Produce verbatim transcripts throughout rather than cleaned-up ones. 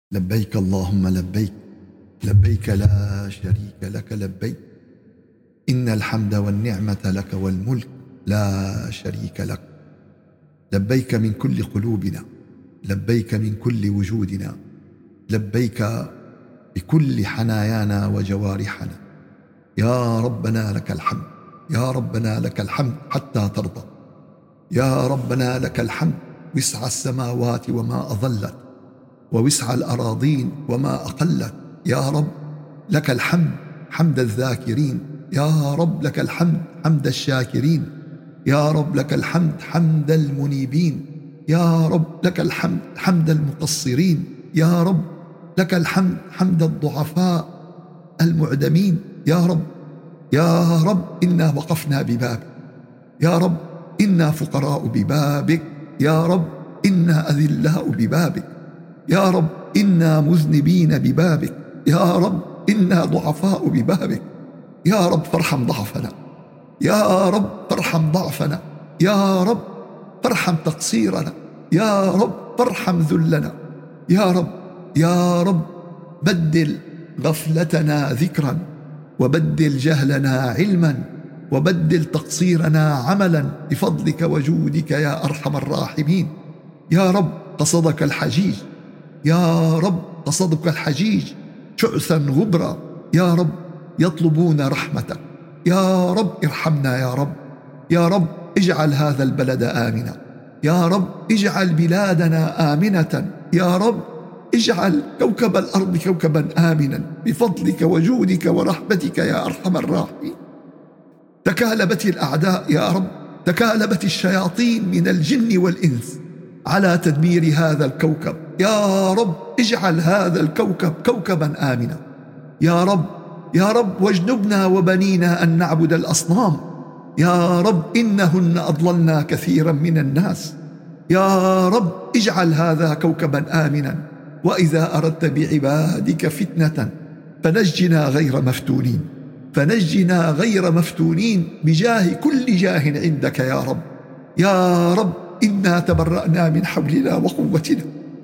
لبيك اللهم لبيك، لبيك لا شريك لك لبيك، إن الحمد والنعمة لك والملك لا شريك لك. لبيك من كل قلوبنا، لبيك من كل وجودنا، لبيك بكل حنايانا وجوارحنا. يا ربنا لك الحمد، يا ربنا لك الحمد حتى ترضى. يا ربنا لك الحمد وسع السماوات وما أظلت، ووسع الأراضين وما أقلت. يا رب لك الحمد حمد الذاكرين، يا رب لك الحمد حمد الشاكرين، يا رب لك الحمد حمد المنيبين، يا رب لك الحمد حمد المقصرين، يا رب لك الحمد حمد الضعفاء المعدمين. يا رب يا رب إنا وقفنا ببابك، يا رب إنا فقراء ببابك، يا رب إنا أذلاء ببابك، يا رب إنا مذنبين ببابك، يا رب إنا ضعفاء ببابك. يا رب فارحم ضعفنا، يا رب فارحم ضعفنا، يا رب فارحم تقصيرنا، يا رب فارحم ذلنا، يا رب يا رب بدل غفلتنا ذكرا، وبدل جهلنا علما، وبدل تقصيرنا عملا بفضلك وجودك يا أرحم الراحمين. يا رب قصدك الحجيج، يا رب قصدك الحجيج شعثا غبرا، يا رب يطلبون رحمتك. يا رب ارحمنا يا رب، يا رب اجعل هذا البلد آمنا، يا رب اجعل بلادنا آمنة، يا رب اجعل كوكب الأرض كوكبا آمنا بفضلك وجودك ورحمتك يا أرحم الراحمين. تكالبت الأعداء يا رب، تكالبت الشياطين من الجن والإنس على تدمير هذا الكوكب. يا رب اجعل هذا الكوكب كوكبا آمنا، يا رب يا رب واجنبنا وبنينا أن نعبد الأصنام، يا رب إنهن أضللنا كثيرا من الناس. يا رب اجعل هذا كوكبا آمنا، وإذا أردت بعبادك فتنة فنجنا غير مفتونين، فنجنا غير مفتونين بجاه كل جاه عندك يا رب. يا رب إنا تبرأنا من حولنا وقوتنا،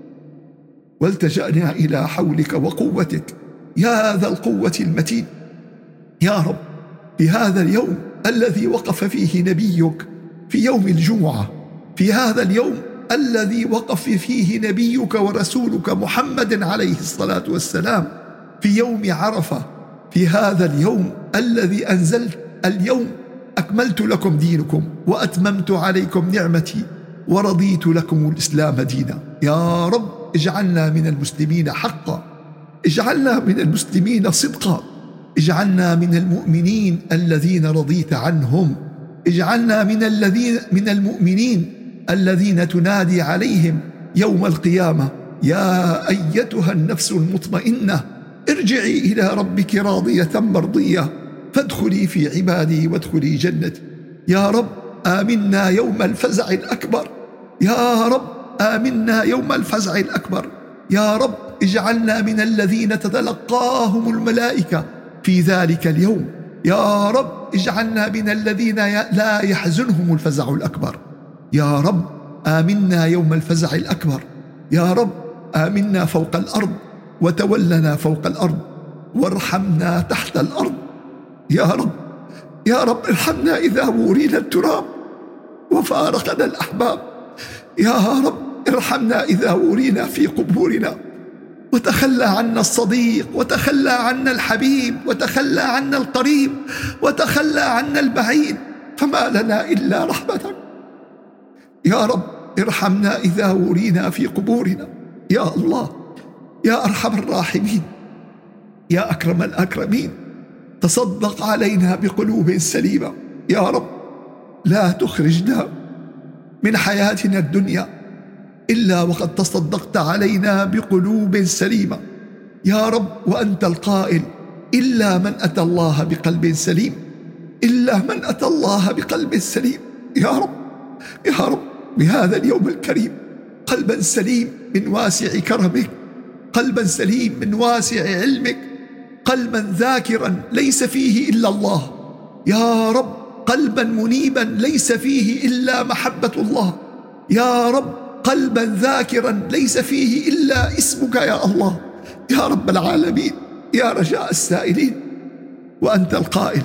والتجأنا إلى حولك وقوتك يا ذا القوة المتين. يا رب في هذا اليوم الذي وقف فيه نبيك، في يوم الجمعة، في هذا اليوم الذي وقف فيه نبيك ورسولك محمد عليه الصلاة والسلام، في يوم عرفة، في هذا اليوم الذي أنزلت اليوم أكملت لكم دينكم وأتممت عليكم نعمتي ورضيت لكم الإسلام دينا. يا رب اجعلنا من المسلمين حقا، اجعلنا من المسلمين صدقا، اجعلنا من المؤمنين الذين رضيت عنهم، اجعلنا من الذين من المؤمنين الذين تنادي عليهم يوم القيامة: يا أيتها النفس المطمئنة ارجعي إلى ربك راضية مرضية فادخلي في عبادي وادخلي جنتي. يا رب آمنا يوم الفزع الأكبر، يا رب آمنا يوم الفزع الأكبر. يا رب اجعلنا من الذين تتلقاهم الملائكة في ذلك اليوم. يا رب اجعلنا من الذين لا يحزنهم الفزع الأكبر. يا رب آمنا يوم الفزع الأكبر. يا رب آمنا فوق الأرض وتولنا فوق الأرض وارحمنا تحت الأرض. يا رب يا رب ارحمنا إذا ورينا التراب وفارقنا الأحباب. يا رب ارحمنا إذا ورينا في قبورنا وتخلى عنا الصديق وتخلى عنا الحبيب وتخلى عنا القريب وتخلى عنا البعيد، فما لنا إلا رحمتك. يا رب ارحمنا إذا ورينا في قبورنا. يا الله يا أرحم الراحمين، يا أكرم الأكرمين، تصدق علينا بقلوب سليمة. يا رب لا تخرجنا من حياتنا الدنيا إلا وقد تصدقت علينا بقلوب سليمة. يا رب وأنت القائل: إلا من أتى الله بقلب سليم، إلا من أتى الله بقلب سليم. يا رب يا رب بهذا اليوم الكريم قلبا سليم من واسع كرمك، قلبا سليم من واسع علمك، قلبا ذاكرا ليس فيه إلا الله. يا رب قلبا منيبا ليس فيه إلا محبة الله. يا رب قلبا ذاكرا ليس فيه إلا اسمك يا الله يا رب العالمين، يا رجاء السائلين. وأنت القائل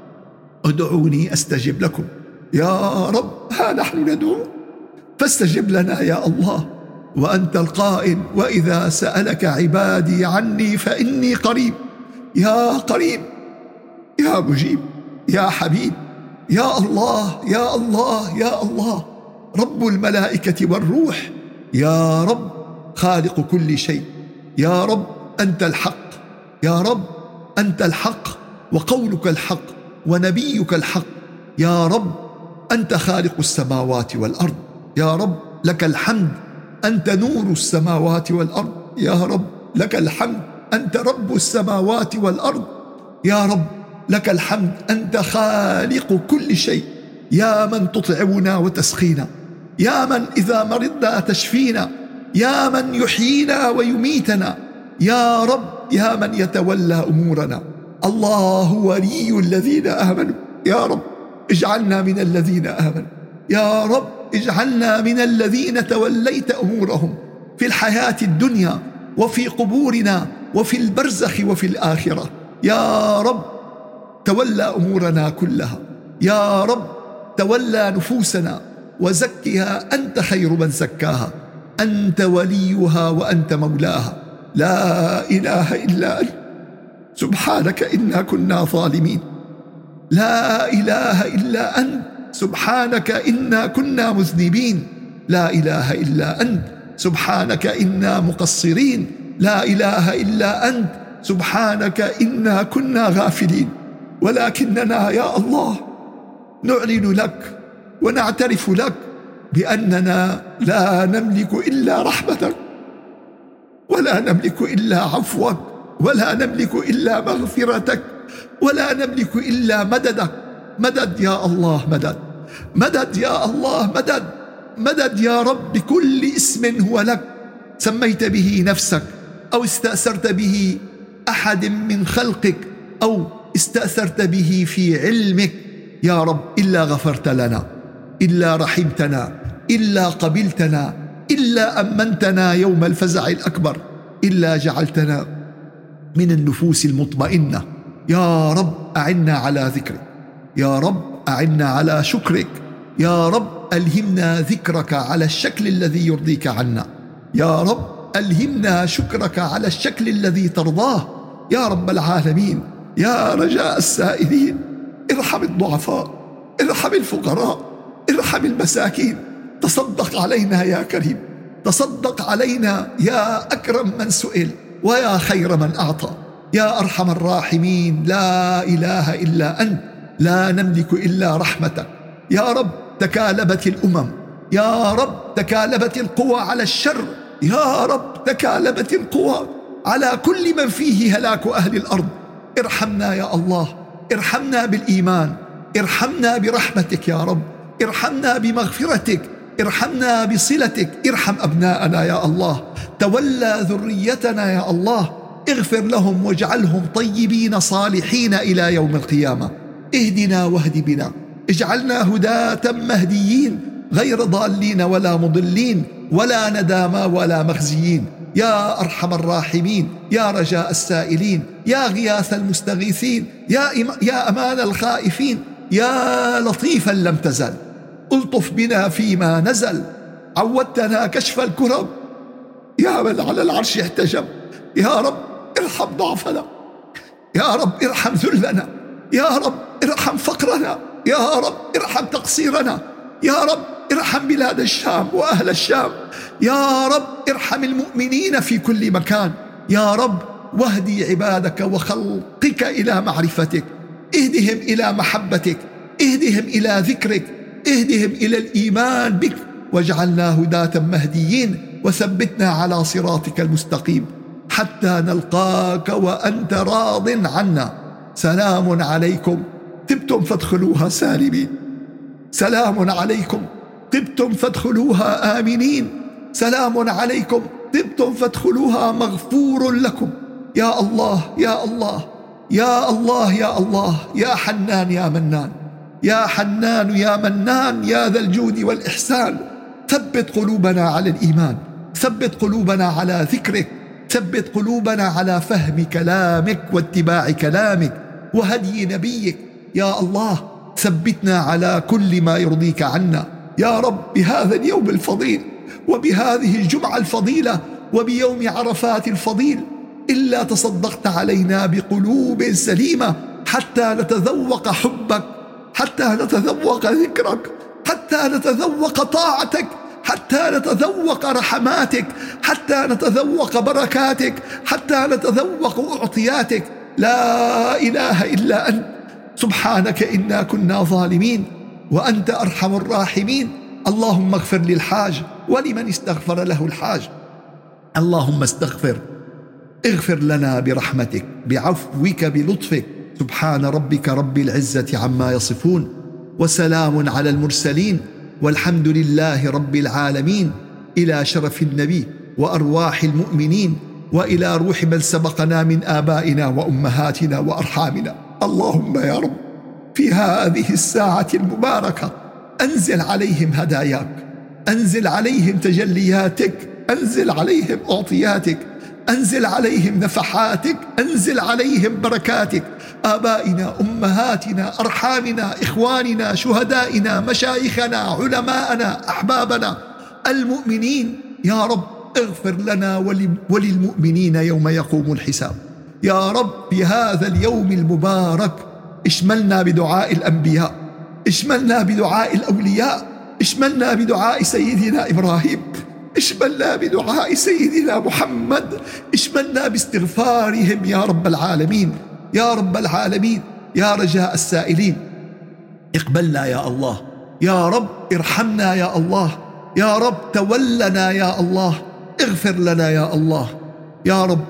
ادعوني أستجب لكم. يا رب ها نحن ندعو فاستجب لنا يا الله. وأنت القائل وإذا سألك عبادي عني فإني قريب. يا قريب، يا مجيب، يا حبيب، يا الله يا الله يا الله، رب الملائكة والروح، يا رب خالق كل شيء، يا رب أنت الحق، يا رب أنت الحق وقولك الحق ونبيك الحق، يا رب أنت خالق السماوات والأرض، يا رب لك الحمد أنت نور السماوات والأرض، يا رب لك الحمد أنت رب السماوات والأرض، يا رب لك الحمد أنت خالق كل شيء، يا من تطعمنا وتسقينا، يا من إذا مرضنا تشفينا، يا من يحيينا ويميتنا، يا رب يا من يتولى أمورنا. الله ولي الذين آمنوا، يا رب اجعلنا من الذين آمنوا، يا رب اجعلنا من الذين توليت أمورهم في الحياة الدنيا وفي قبورنا وفي البرزخ وفي الآخرة. يا رب تولى أمورنا كلها، يا رب تولى نفوسنا وزكها، أنت خير من زكاها، أنت وليها وأنت مولاها، لا إله إلا أنت سبحانك إنا كنا ظالمين، لا إله إلا أنت سبحانك إنا كنا مذنبين، لا إله إلا أنت سبحانك إنا مقصرين، لا إله إلا أنت سبحانك إنا كنا غافلين. ولكننا يا الله نعلن لك ونعترف لك بأننا لا نملك إلا رحمتك، ولا نملك إلا عفوك، ولا نملك إلا مغفرتك، ولا نملك إلا مددك. مدد يا الله، مدد مدد يا الله، مدد مدد يا رب بكل اسم هو لك سميت به نفسك أو استأثرت به أحد من خلقك أو استأثرت به في علمك يا رب، إلا غفرت لنا، إلا رحمتنا، إلا قبلتنا، إلا أمنتنا يوم الفزع الأكبر، إلا جعلتنا من النفوس المطمئنة. يا رب أعنا على ذكرك، يا رب أعنا على شكرك، يا رب ألهمنا ذكرك على الشكل الذي يرضيك عنا، يا رب ألهمنا شكرك على الشكل الذي ترضاه يا رب العالمين. يا رجاء السائلين ارحم الضعفاء، ارحم الفقراء، ارحم المساكين، تصدق علينا يا كريم، تصدق علينا يا أكرم من سئل ويا خير من أعطى، يا أرحم الراحمين. لا إله إلا أنت، لا نملك إلا رحمتك يا رب. تكالبت الأمم يا رب، تكالبت القوى على الشر يا رب، تكالبت القوى على كل من فيه هلاك أهل الأرض. ارحمنا يا الله، ارحمنا بالإيمان، ارحمنا برحمتك يا رب، ارحمنا بمغفرتك، ارحمنا بصلتك، ارحم أبناءنا يا الله، تولى ذريتنا يا الله، اغفر لهم واجعلهم طيبين صالحين إلى يوم القيامة. اهدنا واهد بنا، اجعلنا هداة مهديين غير ضالين ولا مضلين ولا ندامى ولا مخزيين. يا أرحم الراحمين، يا رجاء السائلين، يا غياث المستغيثين، يا, يا أمان الخائفين، يا لطيفا لم تزل، ألطف بنا فيما نزل، عودتنا كشف الكرب، يا من على العرش احتجب. يا رب ارحم ضعفنا، يا رب ارحم ذلنا، يا رب ارحم فقرنا، يا رب ارحم تقصيرنا، يا رب ارحم بلاد الشام وأهل الشام، يا رب ارحم المؤمنين في كل مكان، يا رب واهدي عبادك وخلقك إلى معرفتك، اهدهم إلى محبتك، اهدهم إلى ذكرك، اهدهم إلى الإيمان بك، واجعلنا هداة مهديين، وثبتنا على صراطك المستقيم حتى نلقاك وأنت راض عنا. سلام عليكم، طبتم فادخلوها سالمين، سلام عليكم، طبتم فادخلوها آمنين، سلام عليكم، طبتم فادخلوها مغفور لكم. يا الله يا الله يا الله يا الله، يا حنان يا منان، يا حنان يا منان، يا ذا الجود والإحسان، ثبت قلوبنا على الإيمان، ثبت قلوبنا على ذكرك، ثبت قلوبنا على فهم كلامك واتباع كلامك وهدي نبيك. يا الله ثبتنا على كل ما يرضيك عنا يا رب. بهذا اليوم الفضيل وبهذه الجمعة الفضيلة وبيوم عرفات الفضيل، إلا تصدقت علينا بقلوب سليمة حتى نتذوق حبك، حتى نتذوق ذكرك، حتى نتذوق طاعتك، حتى نتذوق رحماتك، حتى نتذوق بركاتك، حتى نتذوق أعطياتك. لا إله إلا أنت سبحانك إنا كنا ظالمين وأنت أرحم الراحمين. اللهم اغفر للحاج ولمن استغفر له الحاج. اللهم استغفر، اغفر لنا برحمتك بعفوك بلطفك. سبحان ربك رب العزة عما يصفون، وسلام على المرسلين، والحمد لله رب العالمين. إلى شرف النبي وأرواح المؤمنين، وإلى روح من سبقنا من آبائنا وأمهاتنا وأرحامنا. اللهم يا رب في هذه الساعة المباركة أنزل عليهم هداياك، أنزل عليهم تجلياتك، أنزل عليهم أعطياتك، أنزل عليهم نفحاتك، أنزل عليهم بركاتك. آبائنا، أمهاتنا، أرحامنا، إخواننا، شهدائنا، مشايخنا، علماءنا، أحبابنا المؤمنين يا رب اغفر لنا وللمؤمنين يوم يقوم الحساب. يا رب في هذا اليوم المبارك اشملنا بدعاء الأنبياء، اشملنا بدعاء الأولياء، اشملنا بدعاء سيدنا إبراهيم، اشملنا بدعاء سيدنا محمد، اشملنا باستغفارهم يا رب العالمين. يا رب العالمين، يا رجاء السائلين اقبلنا يا الله، يا رب ارحمنا يا الله، يا رب تولنا يا الله، اغفر لنا يا الله. يا رب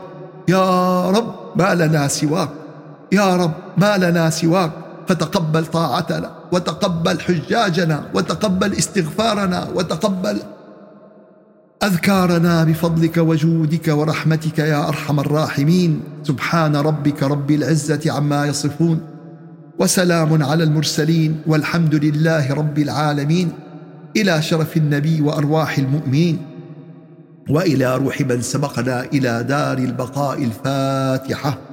يا رب ما لنا سواك، يا رب ما لنا سواك، فتقبل طاعتنا وتقبل حجاجنا وتقبل استغفارنا وتقبل أذكارنا بفضلك وجودك ورحمتك يا أرحم الراحمين. سبحان ربك رب العزة عما يصفون، وسلام على المرسلين، والحمد لله رب العالمين. إلى شرف النبي وأرواح المؤمنين، وإلى روح من سبقنا إلى دار البقاء. الفاتحة.